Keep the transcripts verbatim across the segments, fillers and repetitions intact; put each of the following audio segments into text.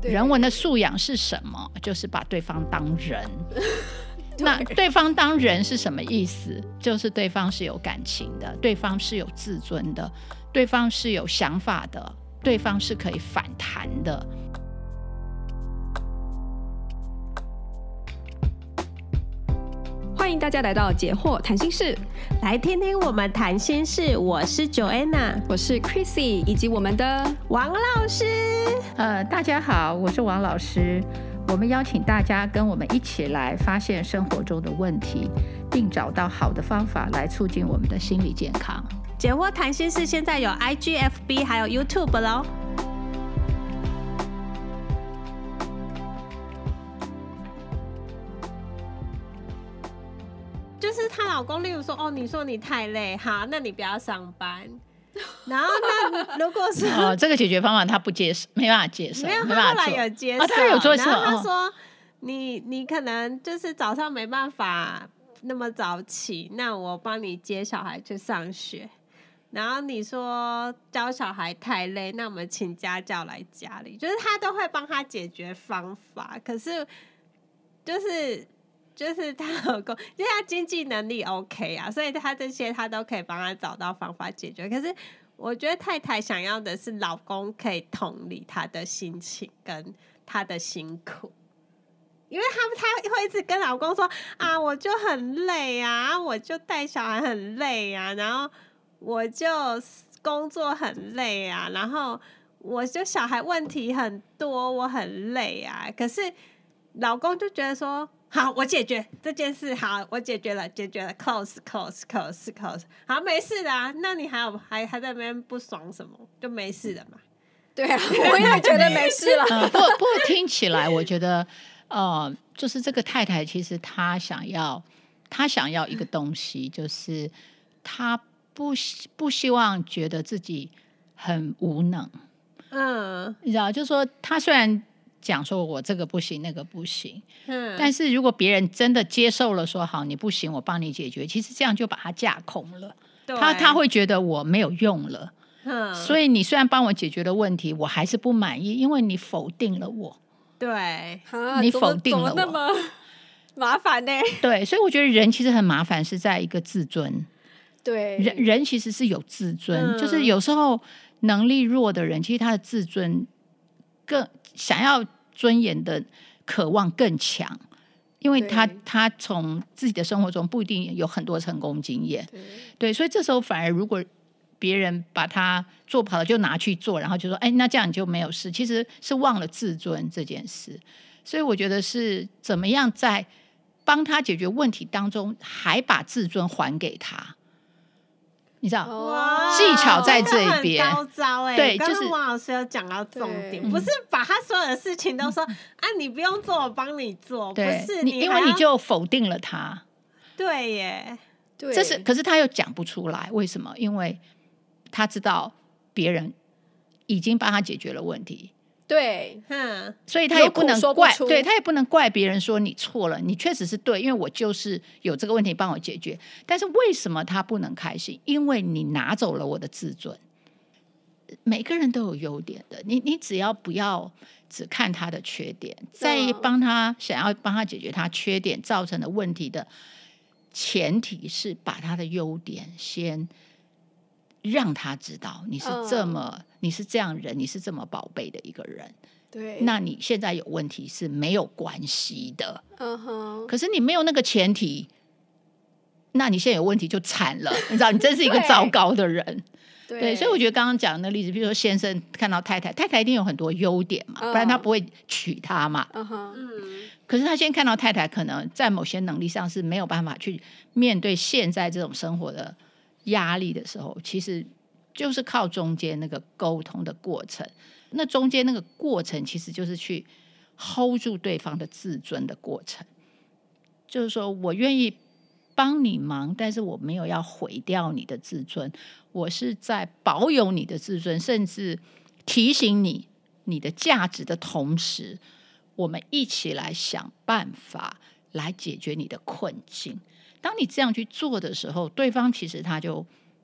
人文的素养是什么？就是把对方当人。那对方当人是什么意思？就是对方是有感情的，对方是有自尊的，对方是有想法的，对方是可以反弹的。 欢迎大家来到解惑谈心室， 来听听我们谈心事。我是 Joanna， 我是 Chrissy， 以及我们的王老师。 呃，大家好，我是王老师。我们邀请大家跟我们一起来发现生活中的问题，并找到好的方法来促进我们的心理健康。 解惑谈心事现在有 I G F B 还有 YouTube 咯。就是她老公，例如说，哦，你说你太累，好，那你不要上班。然后那如果是哦，这个解决方法他不接受，没办法接受， 没有， 没办法做。 他后来有接受， 哦、他有做。 然后他说，哦、你你可能就是早上没办法那么早起，那我帮你接小孩去上学。然后你说教小孩太累，那我们请家教来家里，就是他都会帮他解决方法。可是就是就是他老公，因为他经济能力 OK 啊，所以他这些他都可以帮他找到方法解决。可是我觉得太太想要的是老公可以同理他的心情跟他的辛苦，因为他他会一直跟老公说啊，我就很累啊，我就带小孩很累啊，然后我就工作很累啊，然后我就小孩问题很多，我很累啊。可是老公就觉得说，好，我解决这件事，好，我解决了，解决了 ，close close close close， 好，没事的啊。那你还有还还在那边不爽什么？就没事了嘛。 对啊，我也觉得没事了。 呃、不过不过听起来，我觉得，呃，就是这个太太其实她想要，她想要一个东西，就是她不不希望觉得自己很无能。嗯，你知道，就是说，她虽然讲说我这个不行那个不行、嗯、但是如果别人真的接受了说好你不行我帮你解决，其实这样就把他架空了，他他会觉得我没有用了、嗯、所以你虽然帮我解决了问题我还是不满意，因为你否定了我。 对， 你否定了我， 怎么那么麻烦呢？ 对，所以我觉得人其实很麻烦是在一个自尊。 对， 人人其实是有自尊、嗯、就是有时候能力弱的人其实他的自尊更想要尊严的渴望更强，因为他他从自己的生活中不一定有很多成功经验。 对, 对，所以这时候反而如果别人把他做不好了就拿去做，然后就说哎，那这样你就没有事，其实是忘了自尊这件事。所以我觉得是怎么样在帮他解决问题当中还把自尊还给他，你知道技巧在这一边、 这个、很高招、欸、 对， 刚刚王老师有讲到重点，不是把他所有的事情都说、嗯、啊你不用做我帮你做，不是你因为你就否定了他。 对耶， 对，这是可是他又讲不出来，为什么？因为他知道别人已经帮他解决了问题。 对， 所以他也不能怪，对，他也不能怪别人说你错了，你确实是对，因为我就是有这个问题帮我解决。但是为什么他不能开心？因为你拿走了我的自尊。每个人都有优点的，你你只要不要只看他的缺点，在帮他想要帮他解决他缺点造成的问题的前提是把他的优点先让他知道你是这么、嗯、你是这样人，你是这么宝贝的一个人。 对， 那你现在有问题是没有关系的、 uh-huh. 可是你没有那个前提，那你现在有问题就惨了你知道，你真是一个糟糕的人。对, 对，所以我觉得刚刚讲的例子，比如说先生看到太太，太太一定有很多优点嘛， uh-huh. 不然他不会娶她嘛、 uh-huh. 可是他先看到太太可能在某些能力上是没有办法去面对现在这种生活的压力的时候，其实就是靠中间那个沟通的过程。那中间那个过程其实就是去 hold 住对方的自尊的过程，就是说我愿意帮你忙，但是我没有要毁掉你的自尊，我是在保有你的自尊，甚至提醒你你的价值的同时，我们一起来想办法来解决你的困境。当你这样去做的时候，对方其实他就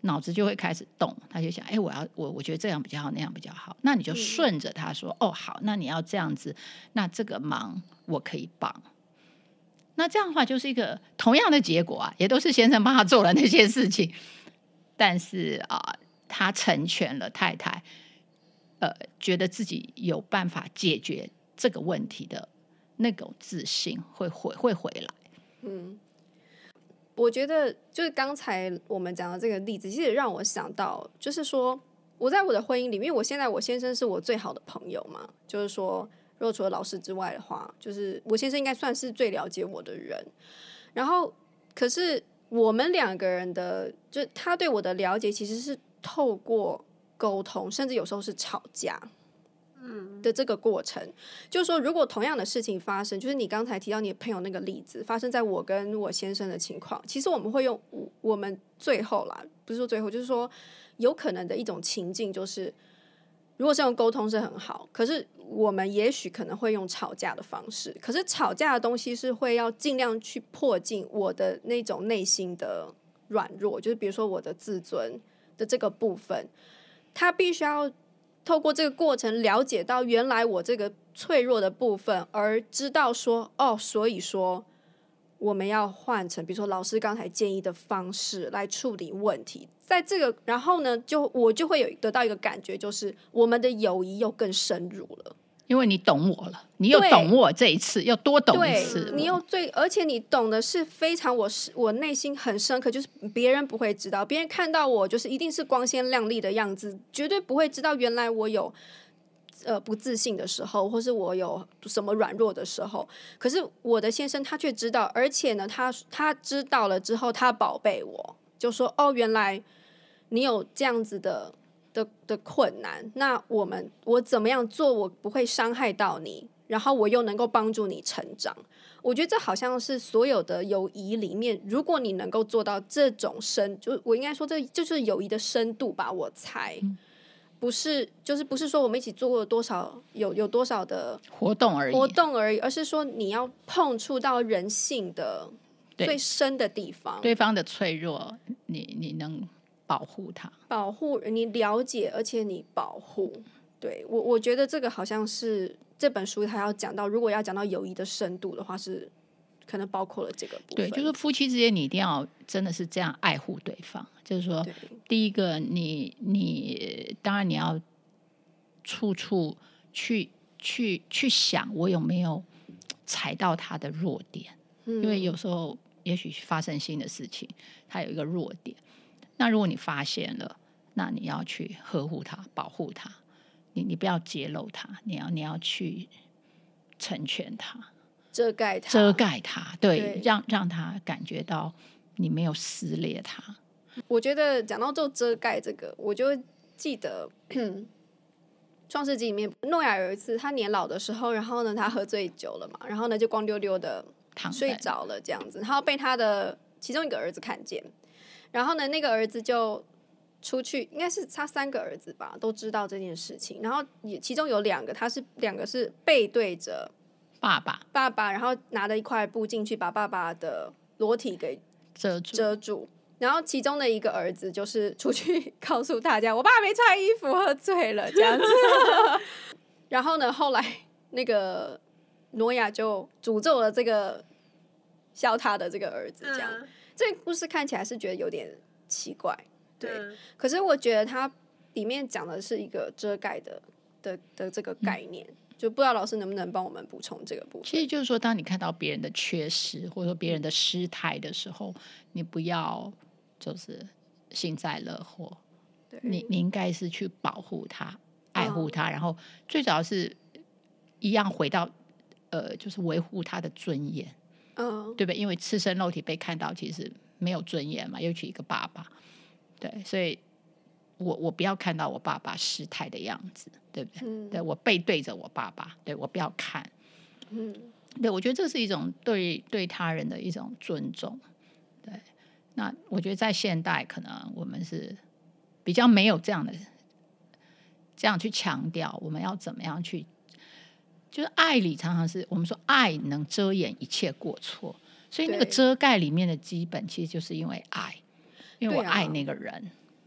脑子就会开始动，他就想，哎，我要我我觉得这样比较好，那样比较好，那你就顺着他说，嗯、哦，好，那你要这样子，那这个忙我可以帮。那这样的话就是一个同样的结果啊，也都是先生帮他做了那些事情，但是啊、呃，他成全了太太，呃，觉得自己有办法解决这个问题的那种自信会回会回来。 嗯，我觉得就是刚才我们讲的这个例子，其实让我想到，就是说我在我的婚姻里面，因为我现在我先生是我最好的朋友嘛，就是说。如果除了老师之外的话，就是我先生应该算是最了解我的人。然后，可是我们两个人的，就是他对我的了解，其实是透过沟通，甚至有时候是吵架，嗯的这个过程。就是说，如果同样的事情发生，就是你刚才提到你朋友那个例子，发生在我跟我先生的情况，其实我们会用我们最后啦，不是说最后，就是说有可能的一种情境，就是如果是用沟通是很好，可是我们也许可能会用吵架的方式，可是吵架的东西是会要尽量去迫近我的那种内心的软弱，就是比如说我的自尊的这个部分，他必须要透过这个过程了解到原来我这个脆弱的部分，而知道说哦，所以说我们要换成比如说老师刚才建议的方式来处理问题，在这个然后呢就我就会有得到一个感觉，就是我们的友谊又更深入了， 因为你懂我了，你又懂我这一次，又多懂一次， 你又最而且你懂的是非常我我内心很深刻，就是别人不会知道，别人看到我就是一定是光鲜亮丽的样子，绝对不会知道原来我有呃不自信的时候，或是我有什么软弱的时候，可是我的先生他却知道，而且呢他他知道了之后，他宝贝我，就说哦，原来你有这样子的的的困难，那我们我怎么样做我不会伤害到你，然后我又能够帮助你成长。我觉得这好像是所有的友谊里面，如果你能够做到这种深，就我应该说这就是友谊的深度吧，我猜。嗯，不是，就是不是说我们一起做过多少有有多少的活动而已， 活动而已，而是说你要碰触到人性的最深的地方， 对方的脆弱，你你能保护他， 保护你了解，而且你保护。对，我我觉得这个好像是这本书他要讲到，如果要讲到友谊的深度的话，是可能包括了这个部分。 对，就是夫妻之间你一定要真的是这样爱护对方，就是说第一个你你当然你要处处去去去想我有没有踩到他的弱点，嗯，因为有时候也许发生新的事情他有一个弱点，那如果你发现了，那你要去呵护他保护他，你你不要揭露他，你要你要去成全他， 遮盖他， 遮盖他，对，对，让让他感觉到你没有撕裂他。 我觉得讲到做遮盖这个，我就记得创世纪里面诺亚有一次他年老的时候，然后呢他喝醉酒了嘛，然后呢就光溜溜的睡着了这样子，然后被他的其中一个儿子看见，然后呢那个儿子就出去，应该是他三个儿子吧，都知道这件事情，然后也其中有两个他是两个是背对着爸爸爸爸，然后拿了一块布进去把爸爸的裸体给遮住遮住，然后其中的一个儿子就是出去告诉大家我爸没穿衣服喝醉了这样子然后呢后来那个挪亚就诅咒了这个笑他的这个儿子这样，嗯，这个故事看起来是觉得有点奇怪，对，嗯，可是我觉得它里面讲的是一个遮盖的的的这个概念，嗯，就不知道老师能不能帮我们补充这个部分。 其实就是说当你看到别人的缺失或者说别人的失态的时候，你不要就是幸灾乐祸，你你应该是去保护他爱护他，哦，然后最早是一样回到呃，就是维护他的尊严，哦，对不对？因为赤身肉体被看到其实没有尊严嘛，尤其一个爸爸，对，所以我我不要看到我爸爸失态的样子，对不对？嗯，对，我背对着我爸爸，对，我不要看，嗯，对，我觉得这是一种对对他人的一种尊重，对。那我觉得在现代可能我们是比较没有这样的这样去强调我们要怎么样去，就是爱里常常是我们说爱能遮掩一切过错，所以那个遮盖里面的基本其实就是因为爱，因为我爱那个人，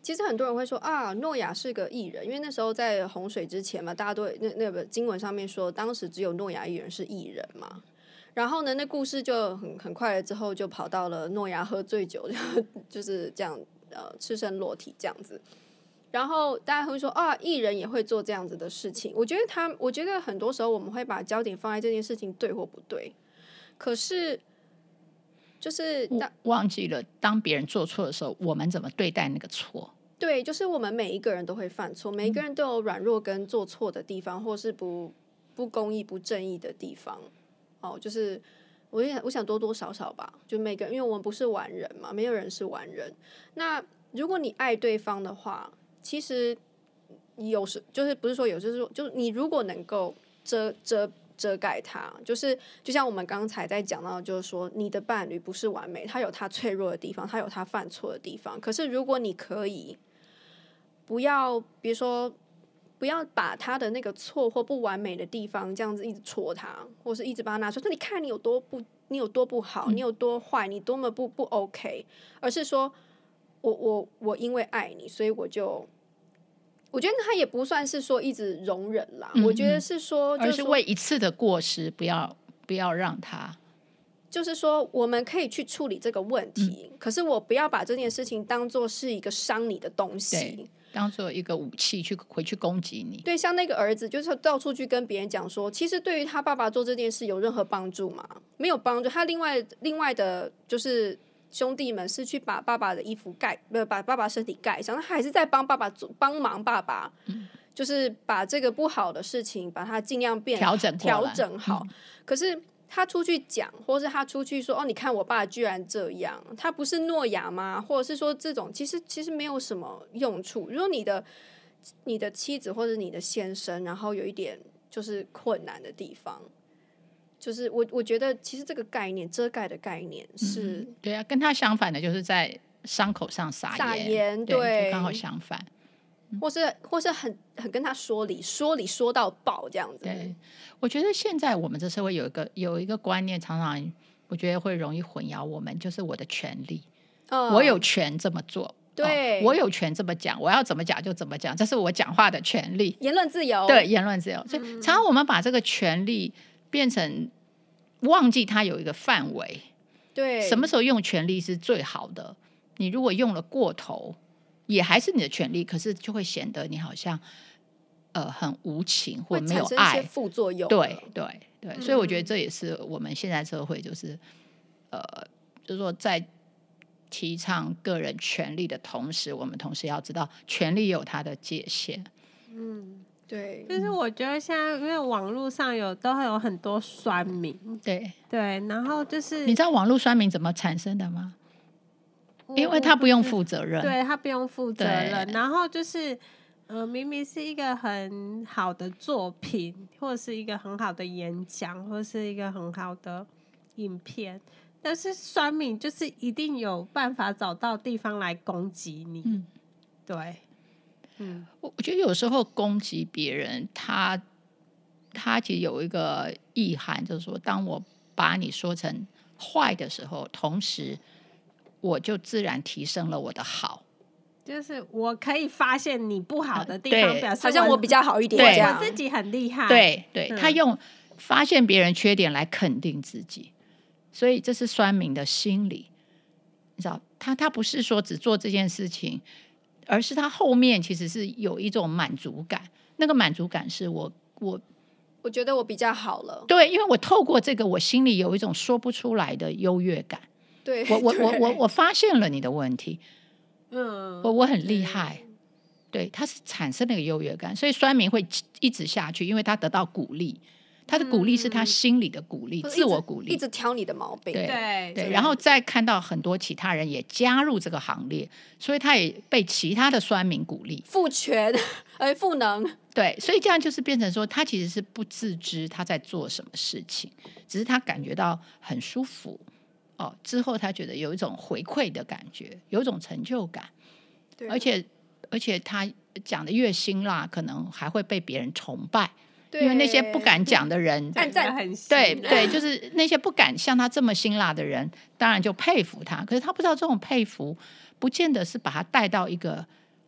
其实很多人会说啊，诺亚是个艺人，因为那时候在洪水之前嘛，大家都那那个经文上面说，当时只有诺亚一人是艺人嘛。然后呢，那故事就很很快了，之后就跑到了诺亚喝醉酒，就是这样呃赤身裸体这样子。然后大家会说啊，艺人也会做这样子的事情。我觉得他，我觉得很多时候我们会把焦点放在这件事情对或不对，可是就是忘记了当别人做错的时候，我们怎么对待那个错。 对，就是我们每一个人都会犯错，每一个人都有软弱跟做错的地方，或是不不公义、不正义的地方。哦，就是我想，我想多多少少吧，就每个人，因为我们不是完人嘛，没有人是完人。那如果你爱对方的话，其实有时就是不是说有，就是说，就是你如果能够遮遮遮盖他，就是就像我们刚才在讲到，就是说你的伴侣不是完美，他有他脆弱的地方，他有他犯错的地方。可是如果你可以不要，比如说。不要把他的那个错或不完美的地方这样子一直戳他，或是一直把他拿出来说，你看你有多不，你有多不好，你有多坏，你多么不不 OK， 而是说我我我因为爱你，所以我就，我觉得他也不算是说一直容忍啦，嗯、我觉得是说， 而是为一次的过失，不要不要让他， 就是说我们可以去处理这个问题，嗯、可是我不要把这件事情当作是一个伤你的东西。 当做一个武器去回去攻击你。 对，像那个儿子就是到处去跟别人讲说，其实对于他爸爸做这件事有任何帮助吗？没有帮助。他另外另外的就是兄弟们是去把爸爸的衣服盖，不把爸爸身体盖上，他还是在帮爸爸做帮忙爸爸、嗯、就是把这个不好的事情把它尽量变调整调整好、嗯、可是他出去讲，或是他出去说哦，你看我爸居然这样，他不是诺亚吗？或者是说这种其实其实没有什么用处。如果你的你的妻子或者你的先生，然后有一点就是困难的地方，就是我我觉得其实这个概念遮盖的概念是、 嗯、对啊，跟他相反的就是在伤口上撒盐， 撒盐对， 对， 就刚好相反。 或是或是很很跟他说理，说理说到爆这样子。 对，我觉得现在我们这社会有一个有一个观念，常常我觉得会容易混淆我们，就是我的权利，嗯、我有权这么做， 对、 哦，我有权这么讲，我要怎么讲就怎么讲，这是我讲话的权利， 言论自由， 对，言论自由。所以常常我们把这个权利变成忘记它有一个范围， 对， 什么时候用权利是最好的？你如果用了过头。也还是你的权利，可是就会显得你好像呃很无情或没有爱， 会产生一些副作用。 对对对、嗯，所以我觉得这也是我们现在社会就是呃，就是说在提倡个人权利的同时，我们同时要知道权利有它的界限。 嗯， 对， 就是我觉得现在因为网络上有都会有很多酸民， 对对，然后就是你知道网络酸民怎么产生的吗？因为他不用负责任， 对，他不用负责任，然后就是呃，明明是一个很好的作品，或者是一个很好的演讲，或者是一个很好的影片，但是酸民就是一定有办法找到地方来攻击你。嗯，对，嗯， 我觉得有时候攻击别人，他他其实有一个意涵，就是说，当我把你说成坏的时候，同时我就自然提升了我的好， 就是我可以发现你不好的地方，表示好像我比较好一点， 对，我自己很厉害。 对对、嗯，他用发现别人缺点来肯定自己，所以这是酸民的心理。你知道，他他不是说只做这件事情，而是他后面其实是有一种满足感，那个满足感是我我我觉得我比较好了， 对，因为我透过这个，我心里有一种说不出来的优越感。 对， 我我我我我发现了你的问题，嗯，我我很厉害，对，他是产生那个优越感，所以酸民会一直下去，因为他得到鼓励，他的鼓励是他心里的鼓励，嗯、自我鼓励， 一直挑你的毛病， 对对, 对，然后再看到很多其他人也加入这个行列，所以他也被其他的酸民鼓励， 赋权，哎，赋能， 对，所以这样就是变成说，他其实是不自知他在做什么事情，只是他感觉到很舒服。哦，之后他觉得有一种回馈的感觉，有一种成就感， 对， 而且而且他讲的越辛辣，可能还会被别人崇拜，因为那些不敢讲的人， 按赞很辛， 对对，就是那些不敢像他这么辛辣的人，当然就佩服他。可是他不知道这种佩服，不见得是把他带到一个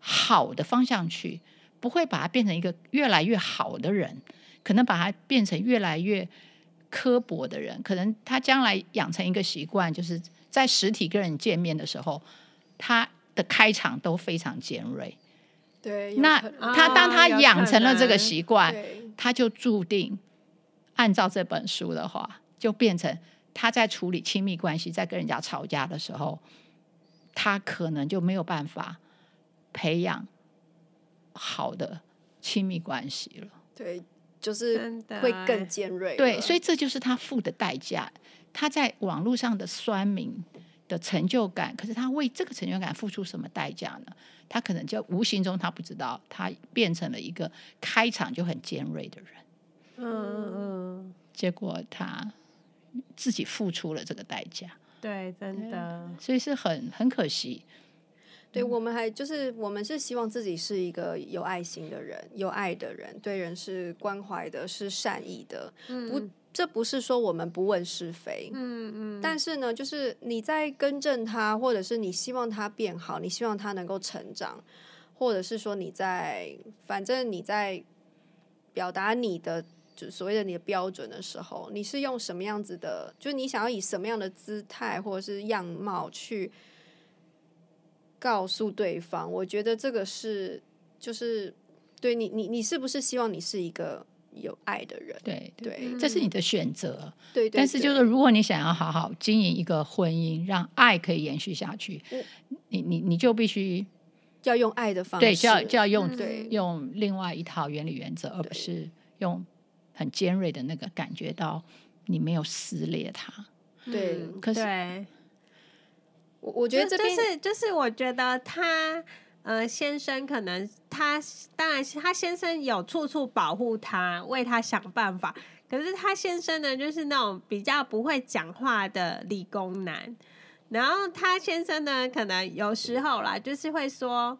好的方向去，不会把它变成一个越来越好的人，可能把它变成越来越刻薄的人。可能他将来养成一个习惯，就是在实体跟人见面的时候，他的开场都非常尖锐。 对， 那他当他养成了这个习惯， 哦、 他就注定按照这本书的话，就变成他在处理亲密关系，在跟人家吵架的时候，他可能就没有办法培养好的亲密关系了。 对，就是会更尖锐。 对，所以这就是他付的代价。他在网络上的酸民的成就感，可是他为这个成就感付出什么代价呢？他可能就无形中他不知道，他变成了一个开场就很尖锐的人。 嗯嗯， 结果他自己付出了这个代价。 对，真的， 所以是很很可惜。 对，我们还就是我们是希望自己是一个有爱心的人，有爱的人，对人是关怀的，是善意的。嗯、不，这不是说我们不问是非。嗯嗯。但是呢，就是你在更正他，或者是你希望他变好，你希望他能够成长，或者是说你在，反正你在表达你的。就所谓的你的标准的时候，你是用什么样子的？就是你想要以什么样的姿态或者是样貌去告诉对方？我觉得这个是，就是对你，你你是不是希望你是一个有爱的人？ 对对, 对，这是你的选择。 对, 对, 对， 但是就是如果你想要好好经营一个婚姻，让爱可以延续下去，嗯、你你你就必须要用爱的方式， 对，就要就要用、 嗯、 用另外一套原理原则，而不是用。很尖锐的那个感觉到你没有撕裂它。 对、 嗯、 可是对我我觉得这边就是就是我觉得他呃先生可能他当然他先生有处处保护他，为他想办法，可是他先生呢就是那种比较不会讲话的理工男，然后他先生呢可能有时候啦就是会说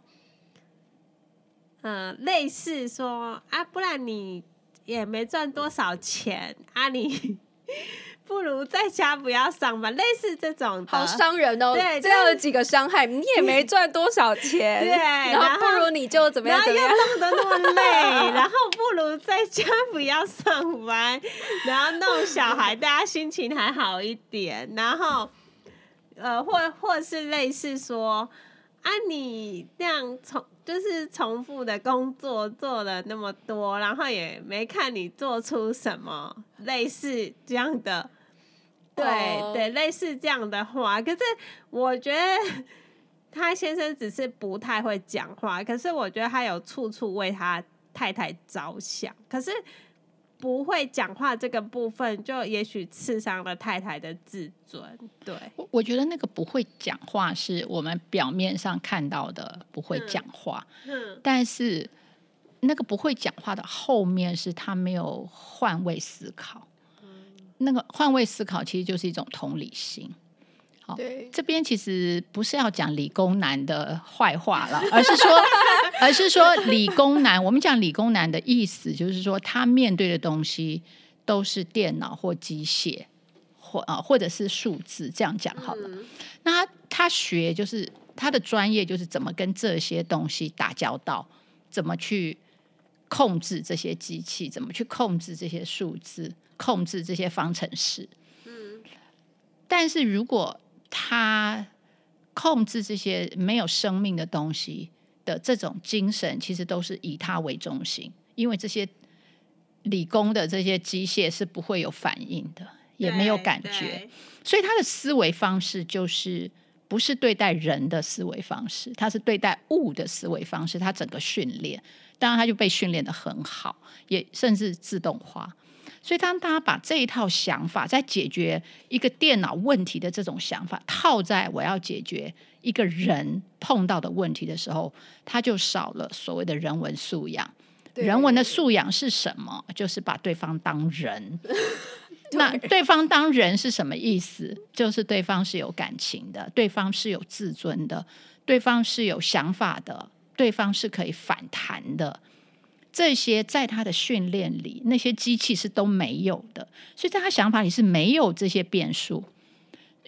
呃类似说啊不然你也没赚多少钱啊，你不如在家不要上班，类似这种的， 好伤人哦。 对， 这样有几个伤害，你也没赚多少钱， 对， 然后不如你就怎么样怎么样， 然后又弄得那么累，然后不如在家不要上班，然后弄小孩，大家心情还好一点，然后呃，或或是类似说啊，你这样从。就是重复的工作做了那么多，然后也没看你做出什么，类似这样的，对、oh. 对，类似这样的话。可是我觉得他先生只是不太会讲话，可是我觉得他有处处为他太太着想，可是不会讲话这个部分，就也许刺伤了太太的自尊。对， 我我觉得那个不会讲话是我们表面上看到的不会讲话，嗯嗯、但是那个不会讲话的后面是他没有换位思考。嗯、那个换位思考其实就是一种同理心。好， 对， 这边其实不是要讲理工男的坏话了，而是说，而是说理工男。我们讲理工男的意思，就是说他面对的东西都是电脑或机械，或啊或者是数字，这样讲好了。嗯、那 他, 他学就是他的专业，就是怎么跟这些东西打交道，怎么去控制这些机器，怎么去控制这些数字，控制这些方程式。嗯，但是如果他控制这些没有生命的东西的这种精神，其实都是以他为中心，因为这些理工的这些机械是不会有反应的，也没有感觉，所以他的思维方式就是不是对待人的思维方式，他是对待物的思维方式，他整个训练，当然他就被训练得很好，也甚至自动化。所以当他把这一套想法在解决一个电脑问题的这种想法套在我要解决一个人碰到的问题的时候，他就少了所谓的人文素养。人文的素养是什么？就是把对方当人。那对方当人是什么意思？就是对方是有感情的，对方是有自尊的，对方是有想法的，对方是可以反弹的。这些在他的训练里，那些机器是都没有的，所以在他想法里是没有这些变数。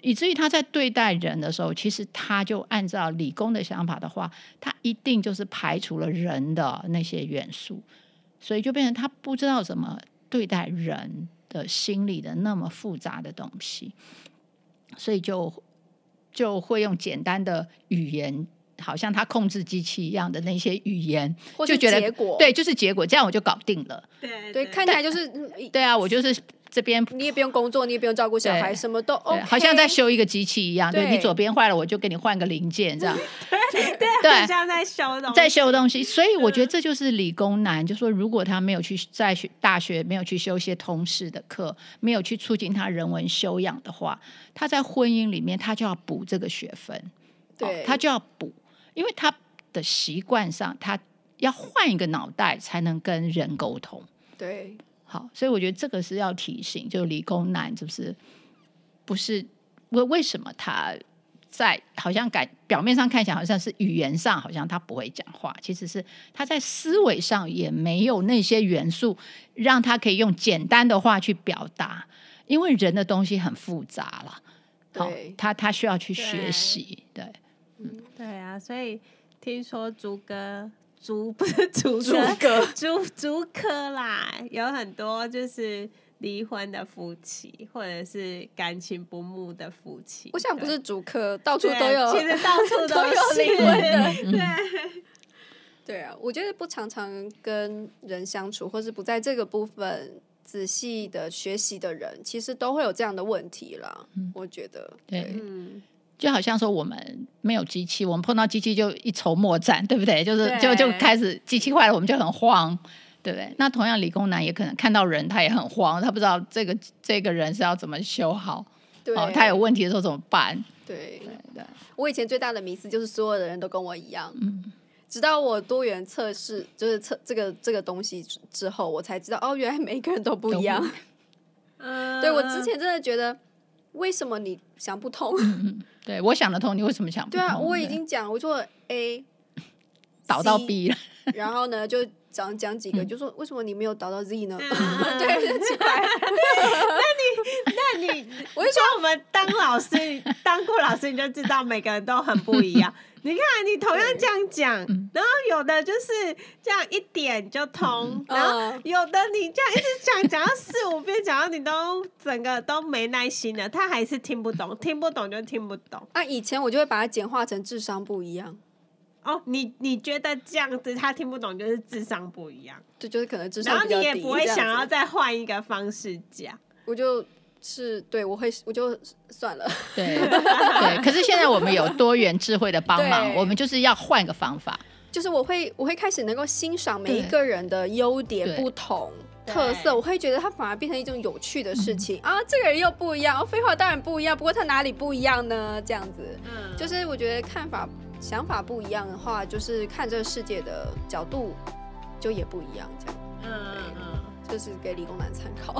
以至于他在对待人的时候，其实他就按照理工的想法的话，他一定就是排除了人的那些元素，所以就变成他不知道怎么对待人的心理的那么复杂的东西，所以就就会用简单的语言，好像他控制机器一样的那些语言， 或是就觉得结果， 对，就是结果，这样我就搞定了。 对对，看起来就是对啊，我就是这边你也不用工作，你也不用照顾小孩， 对什么都 OK， 好像在修一个机器一样。对， 对你左边坏了，我就给你换个零件，这样对对很像在修东西， 在修东西。所以我觉得这就是理工男，就说如果他没有去在学大学没有去修一些通识的课，没有去促进他人文修养的话，他在婚姻里面他就要补这个学分， 对、 哦，他就要补，因为他的习惯上他要换一个脑袋才能跟人沟通。 对， 好，所以我觉得这个是要提醒，就理工男就是不是为为什么他在好像感表面上看起来好像是语言上好像他不会讲话，其实是他在思维上也没有那些元素让他可以用简单的话去表达，因为人的东西很复杂了。好，他他需要去学习，对， 嗯，对啊，所以听说朱哥。竹不是竹哥， 竹竹科啦，有很多就是离婚的夫妻，或者是感情不睦的夫妻。 我想不是竹科，到处都有， 其实到处都有是离婚的。 对， 对啊，我觉得不常常跟人相处，或是不在这个部分仔细的学习的人，其实都会有这样的问题啦。嗯、我觉得，对。 对嗯， 就好像说我们没有机器，我们碰到机器就一筹莫展，对不对？就是就就开始机器坏了，我们就很慌，对不对？那同样理工男也可能看到人他也很慌，他不知道这个这个人是要怎么修好， 对、 哦，他有问题的时候怎么办？ 对对对， 我以前最大的迷思就是所有的人都跟我一样， 嗯， 直到我多元测试就是测这个这个东西之后，我才知道哦，原来每一个人都不一样。 嗯， 对，我之前真的觉得为什么你想不通？ 嗯对，我想得通，你为什么想不通？ 对啊，我已经讲，我说 A 导到 B 了， 然后呢就讲讲几个， 嗯、 就说为什么你没有导到 Z 呢？ 嗯、 对，很奇怪。 那你那你，我就说我们当老师，当过老师你就知道每个人都很不一样。你看，你同样这样讲，然后有的就是这样一点就通，嗯、然后有的你这样一直讲，讲到四五遍，讲到你都整个都没耐心了，他还是听不懂，听不懂就听不懂。 啊，以前我就会把它简化成智商不一样。 哦，你你觉得这样子他听不懂就是智商不一样， 对，就是可能智商比较低， 然后你也不会想要再换一个方式讲， 我就。是对，我会，我就算了。 对对，可是现在我们有多元智慧的帮忙，我们就是要换一个方法。 就是我会，我会开始能够欣赏每一个人的优点、不同特色，我会觉得它反而变成一种有趣的事情、嗯、啊。这个人又不一样，哦，废话当然不一样，不过他哪里不一样呢？这样子，嗯，就是我觉得看法、想法不一样的话，就是看这个世界的角度就也不一样，这样。嗯嗯，就是给理工男参考。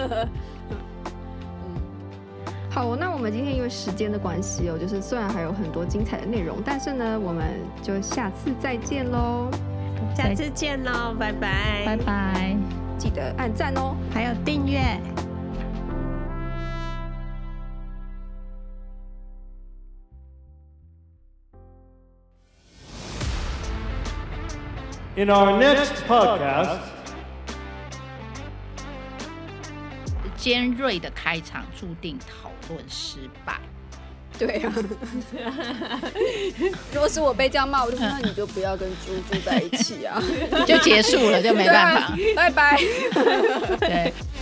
好，那我们今天因为时间的关系哦，就是虽然还有很多精彩的内容，但是呢，我们就下次再见喽， 下次见喽，拜拜， 拜拜， 记得按赞哦， 还有订阅。 In our next podcast. 尖锐的开场注定讨论失败。 对啊，如果是我被这样骂，我就说那你就不要跟猪住在一起啊， 就结束了，就没办法。 拜拜。 对。